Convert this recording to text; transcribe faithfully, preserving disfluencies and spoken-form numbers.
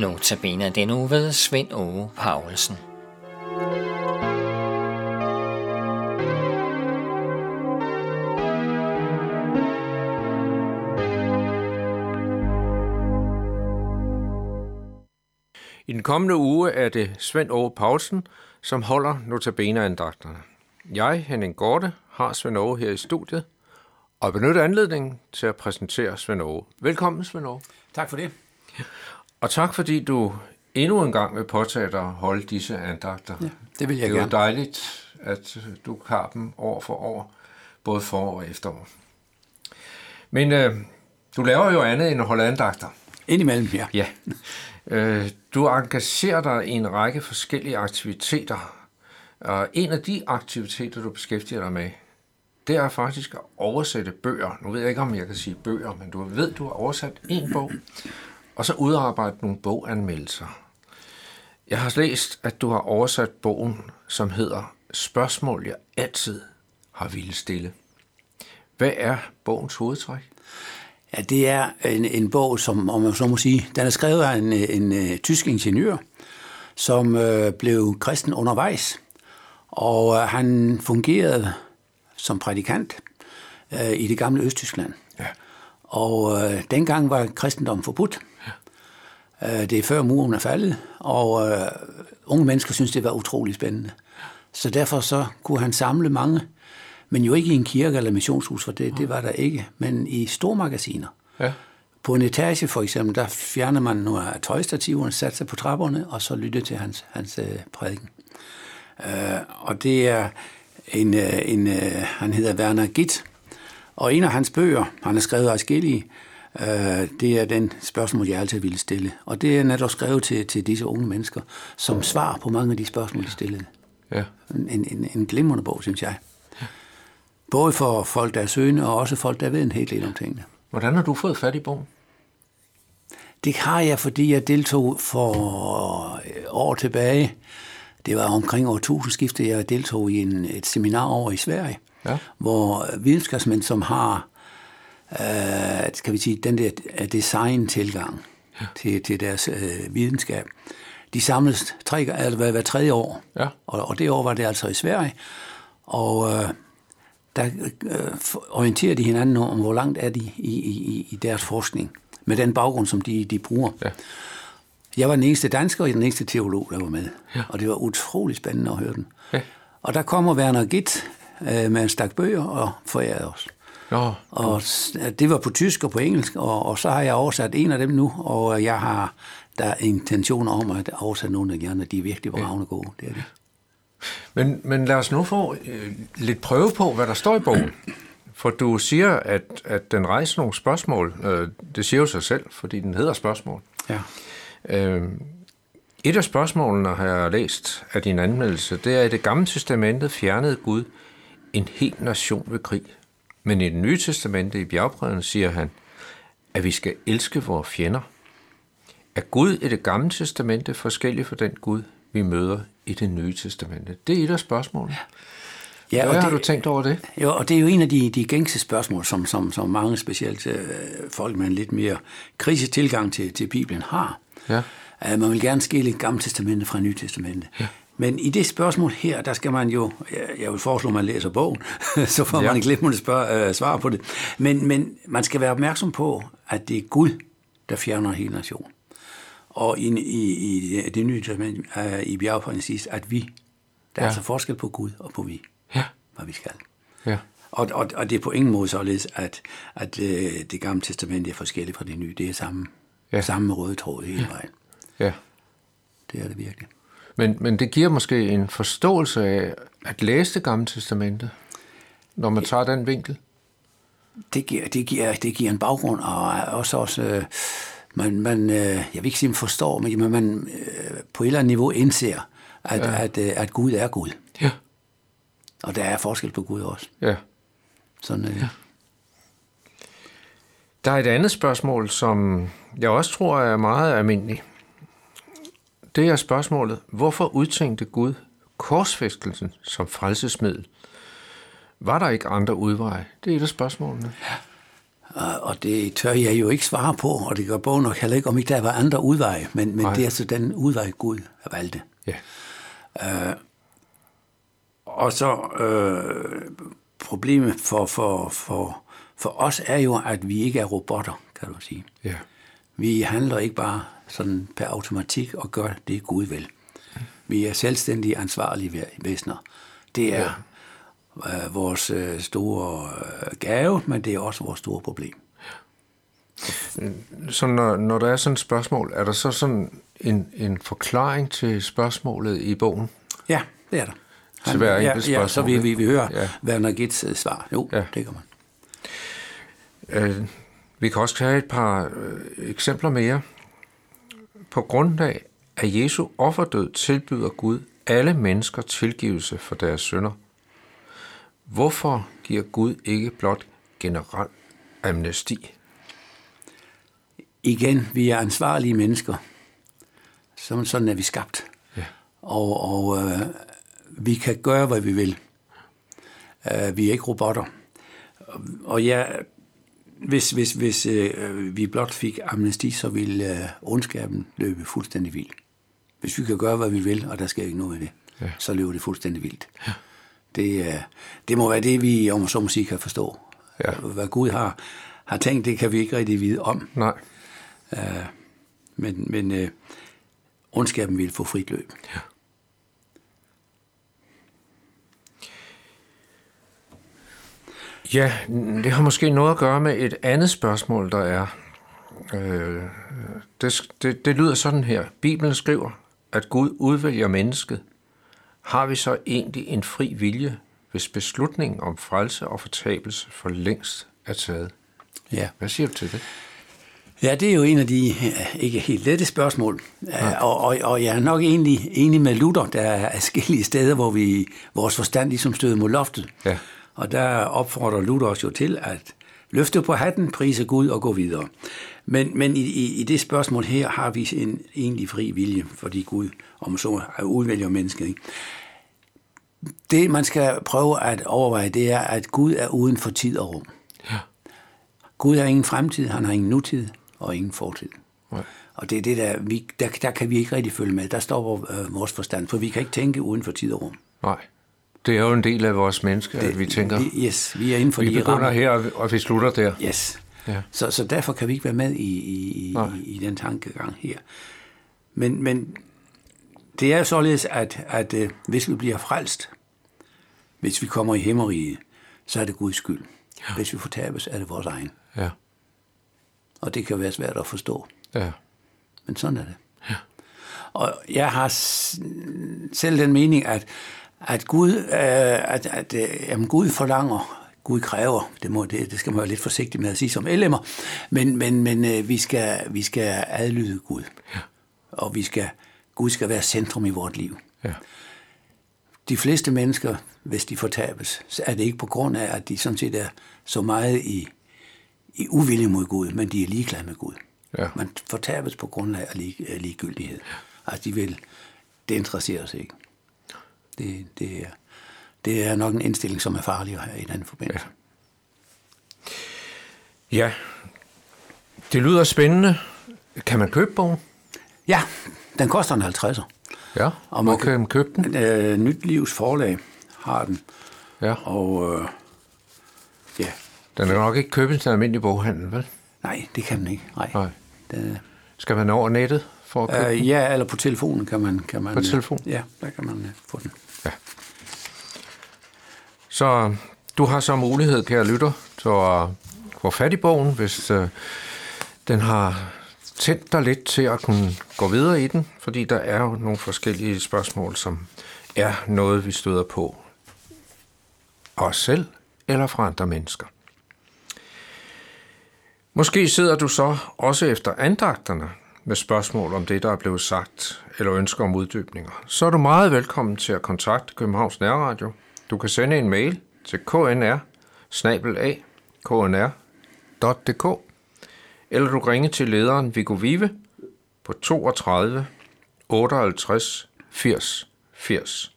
Notabene den uge ved Svend Åge Paulsen. I den kommende uge er det Svend Åge Paulsen, som holder notabene-andagterne. Jeg, Henning Gorte, har Svend Åge her i studiet, og benytter anledningen til at præsentere Svend Åge. Velkommen, Svend Åge. Tak for det. Og tak, fordi du endnu en gang vil påtage dig at holde disse andagter. Ja, det vil jeg gerne. Det er gerne. jo dejligt, at du har dem år for år, både forår og efterår. Men øh, du laver jo andet end at holde andagter. Indimellem, ja. Ja. Øh, du engagerer dig i en række forskellige aktiviteter. Og en af de aktiviteter, du beskæftiger dig med, det er faktisk at oversætte bøger. Nu ved jeg ikke, om jeg kan sige bøger, men du ved, du har oversat en bog, og så udarbejdet nogle boganmeldelser. Jeg har læst, at du har oversat bogen, som hedder Spørgsmål, jeg altid har ville stille. Hvad er bogens hovedtræk? Ja, det er en, en bog, som, om man så må sige, den er skrevet af en, en, en tysk ingeniør, som øh, blev kristen undervejs, og øh, han fungerede som prædikant øh, i det gamle Østtyskland. Ja. Og øh, dengang var kristendom forbudt. Ja. Øh, det er før muren er faldet, og øh, unge mennesker synes det var utrolig spændende. Så derfor så kunne han samle mange, men jo ikke i en kirke eller missionshus, for det, det var der ikke, men i stormagasiner. Ja. På en etage for eksempel, der fjerner man nogle af tøjstativerne, satte sig på trapperne, og så lyttede til hans, hans øh, prædiken. Øh, og det er en, en, han hedder Werner Gitt, og en af hans bøger, han har skrevet adskillige, øh, det er den spørgsmål, jeg altid ville stille. Og det er netop skrevet til, til disse unge mennesker, som svar på mange af de spørgsmål, de stillede. Ja. En, en, en glimrende bog, synes jeg. Ja. Både for folk, der er søgende, og også folk, der ved en helt del om tingene. Hvordan har du fået fat i bogen? Det har jeg, fordi jeg deltog for år tilbage. Det var omkring årtusindskiftet, jeg deltog i en, et seminar over i Sverige, ja. Hvor videnskabsmænd, som har øh, skal vi sige, den der design-tilgang ja. til, til deres øh, videnskab, de samles tre, altså hver, hver tredje år, ja. og, og det år var det altså i Sverige, og øh, der øh, orienterer de hinanden om, hvor langt er de i, i, i deres forskning, med den baggrund, som de, de bruger. Ja. Jeg var den eneste dansker og den eneste teolog, der var med. Ja. Og det var utrolig spændende at høre den. Ja. Og der kommer Werner Gitt øh, med en stak bøger og forærede os. Ja. Og det var på tysk og på engelsk, og, og så har jeg oversat en af dem nu, og jeg har der intentioner om at oversætte nogle af de andre. De er virkelig bravende gode. Det er det. Men, men lad os nu få øh, lidt prøve på, hvad der står i bogen. For du siger, at, at den rejser nogle spørgsmål. Øh, det siger jo sig selv, fordi den hedder spørgsmål. Ja. Et af spørgsmålene, har jeg læst af din anmeldelse, det er, at i det gamle testamente fjernede Gud en hel nation ved krig. Men i det nye testamente i bjergprædiken siger han, at vi skal elske vores fjender. Er Gud i det gamle testamente forskellig fra den Gud, vi møder i det nye testamente? Det er et af spørgsmålene. Ja. Ja, Hvad har det, du tænkt over det? Jo, og det er jo en af de, de gængse spørgsmål, som, som, som mange specielt øh, folk med en lidt mere kritisk tilgang til, til Bibelen har. Ja. Uh, man vil gerne skille et Gamle Testamente fra Nye Testamente. Ja. Men i det spørgsmål her, der skal man jo, jeg, jeg vil foreslå, at man læser bogen, så får ja. man glimrende spørg, uh, svar på det. Men, men man skal være opmærksom på, at det er Gud, der fjerner en hel nation. Og i, i, i det nye testamente, uh, i bjergprædiken siges, at vi, der ja. er altså forskel på Gud og på vi, ja. hvad vi skal. Ja. Og, og, og det er på ingen måde således, at, at uh, det Gamle Testamente er forskelligt fra det nye. Det er samme. Ja. Samme røde tråd hele vejen. Ja. Det er det virkelig. Men, men det giver måske en forståelse af at læse det Gamle Testamente, når man tager den vinkel? Det giver, det giver, det giver en baggrund, og også, også øh, man, man, øh, jeg vil ikke sige, man forstår, men man øh, på et eller andet niveau indser, at, ja. at, øh, at Gud er Gud. Ja. Og der er forskel på Gud også. Ja. Sådan øh, ja. Der er et andet spørgsmål, som jeg også tror er meget almindeligt. Det er spørgsmålet, hvorfor udtænkte Gud korsfæstelsen som frelsesmiddel? Var der ikke andre udveje? Det er et af spørgsmålene. Og det tør jeg jo ikke svare på, og det gør bogen nok heller ikke, om ikke der var andre udveje, men, men det er altså den udvej, Gud har valgt. Ja. Uh, og så uh, problemet for, for, for, for os er jo, at vi ikke er robotter, kan du sige. Ja. Vi handler ikke bare sådan per automatik og gør det, Gud vil. Vi er selvstændige, ansvarlige væsener. Det er ja. uh, vores uh, store uh, gave, men det er også vores store problem. Så når, når der er sådan et spørgsmål, er der så sådan en, en forklaring til spørgsmålet i bogen? Ja, det er der. Han, til hver enkelt ja, spørgsmål? Ja, så vi, vi, vi hører ja. Werner Gitz' svar. Jo, ja. Det kan man. Øh, vi kan også have et par øh, eksempler mere. På grundlag af Jesu offerdød tilbyder Gud alle mennesker tilgivelse for deres synder. Hvorfor giver Gud ikke blot generel amnesti? Igen, vi er ansvarlige mennesker. Som sådan er vi skabt. Ja. Og, og øh, vi kan gøre, hvad vi vil. Uh, vi er ikke robotter. Og ja, hvis, hvis, hvis øh, vi blot fik amnesti, så ville øh, ondskaben løbe fuldstændig vildt. Hvis vi kan gøre, hvad vi vil, og der sker ikke noget i det, ja. Så løber det fuldstændig vildt. Ja. Det, øh, det må være det, vi om så musik kan forstå. Ja. Hvad Gud har, har tænkt, det kan vi ikke rigtig vide om. Nej. Uh, men men øh, ondskaben vil få frit løb. Ja. Ja, det har måske noget at gøre med et andet spørgsmål, der er. Øh, det, det, det lyder sådan her. Bibelen skriver, at Gud udvælger mennesket. Har vi så egentlig en fri vilje, hvis beslutningen om frelse og fortabelse for længst er taget? Ja. Hvad siger du til det? Ja, det er jo en af de ikke helt lette spørgsmål. Ja. Og, og, og jeg er nok egentlig enig med Luther. Der er forskellige steder, hvor vi vores forstand ligesom støder mod loftet. Ja. Og der opfordrer Luther os jo til at løfte på hatten, prise Gud og gå videre. Men, men i, i, i det spørgsmål her har vi en egentlig fri vilje, fordi Gud, om så udvælger mennesket. Ikke? Det, man skal prøve at overveje, det er, at Gud er uden for tid og rum. Ja. Gud har ingen fremtid, han har ingen nutid og ingen fortid. Ja. Og det er det, der, vi, der, der kan vi ikke rigtig følge med. Der står øh, vores forstand, for vi kan ikke tænke uden for tid og rum. Nej. Det er jo en del af vores menneske, det, at vi tænker, vi, yes, vi er inden for vi de begynder rammer. her, og vi slutter der. Yes. Ja. Så, så derfor kan vi ikke være med i, i, i, i den tankegang her. Men, men det er jo således, at, at uh, hvis vi bliver frelst, hvis vi kommer i himmeriget, så er det Guds skyld. Ja. Hvis vi fortabes, er det vores egen. Ja. Og det kan være svært at forstå. Ja. Men sådan er det. Ja. Og jeg har selv den mening, at at Gud, øh, at, at, øh, jamen Gud forlanger, Gud kræver, det, må, det, det skal man være lidt forsigtig med at sige som medlemmer, men, men, men øh, vi, skal, vi skal adlyde Gud. Ja. Og vi skal, Gud skal være centrum i vort liv. Ja. De fleste mennesker, hvis de fortabes, så er det ikke på grund af, at de sådan set er så meget i, i uvilje mod Gud, men de er ligeglade med Gud. Ja. Man fortabes på grund af lig, ligegyldighed. Altså de vil, det interesserer sig ikke. Det, det, er, det er nok en indstilling, som er farlig at have i den forbindelse. Ja. ja, det lyder spændende. Kan man købe bogen? Ja, den koster en halvtredser. Ja, og man kan man købe den? Øh, Nyt Livs forlag har den. Ja. Og øh, ja. Den er nok ikke købt til en almindelig boghandel, vel? Nej, det kan den ikke. Nej. Nej. Den, Skal man over nettet for at købe øh, den? Ja, eller på telefonen kan man. Kan man på telefonen? Ja, der kan man uh, få den. Ja. Så du har så mulighed, kære lytter, til at få fat i bogen, hvis uh, den har tændt dig lidt til at kunne gå videre i den, fordi der er jo nogle forskellige spørgsmål, som er noget, vi støder på os selv eller fra andre mennesker. Måske sidder du så også efter andagterne med spørgsmål om det, der er blevet sagt, eller ønsker om uddybninger. Så er du meget velkommen til at kontakte Københavns Nærradio. Du kan sende en mail til k n r bindestreg k n r punktum d k, eller du ringer til lederen Viggo Vive på toogtredive otteoghalvtreds firs firs.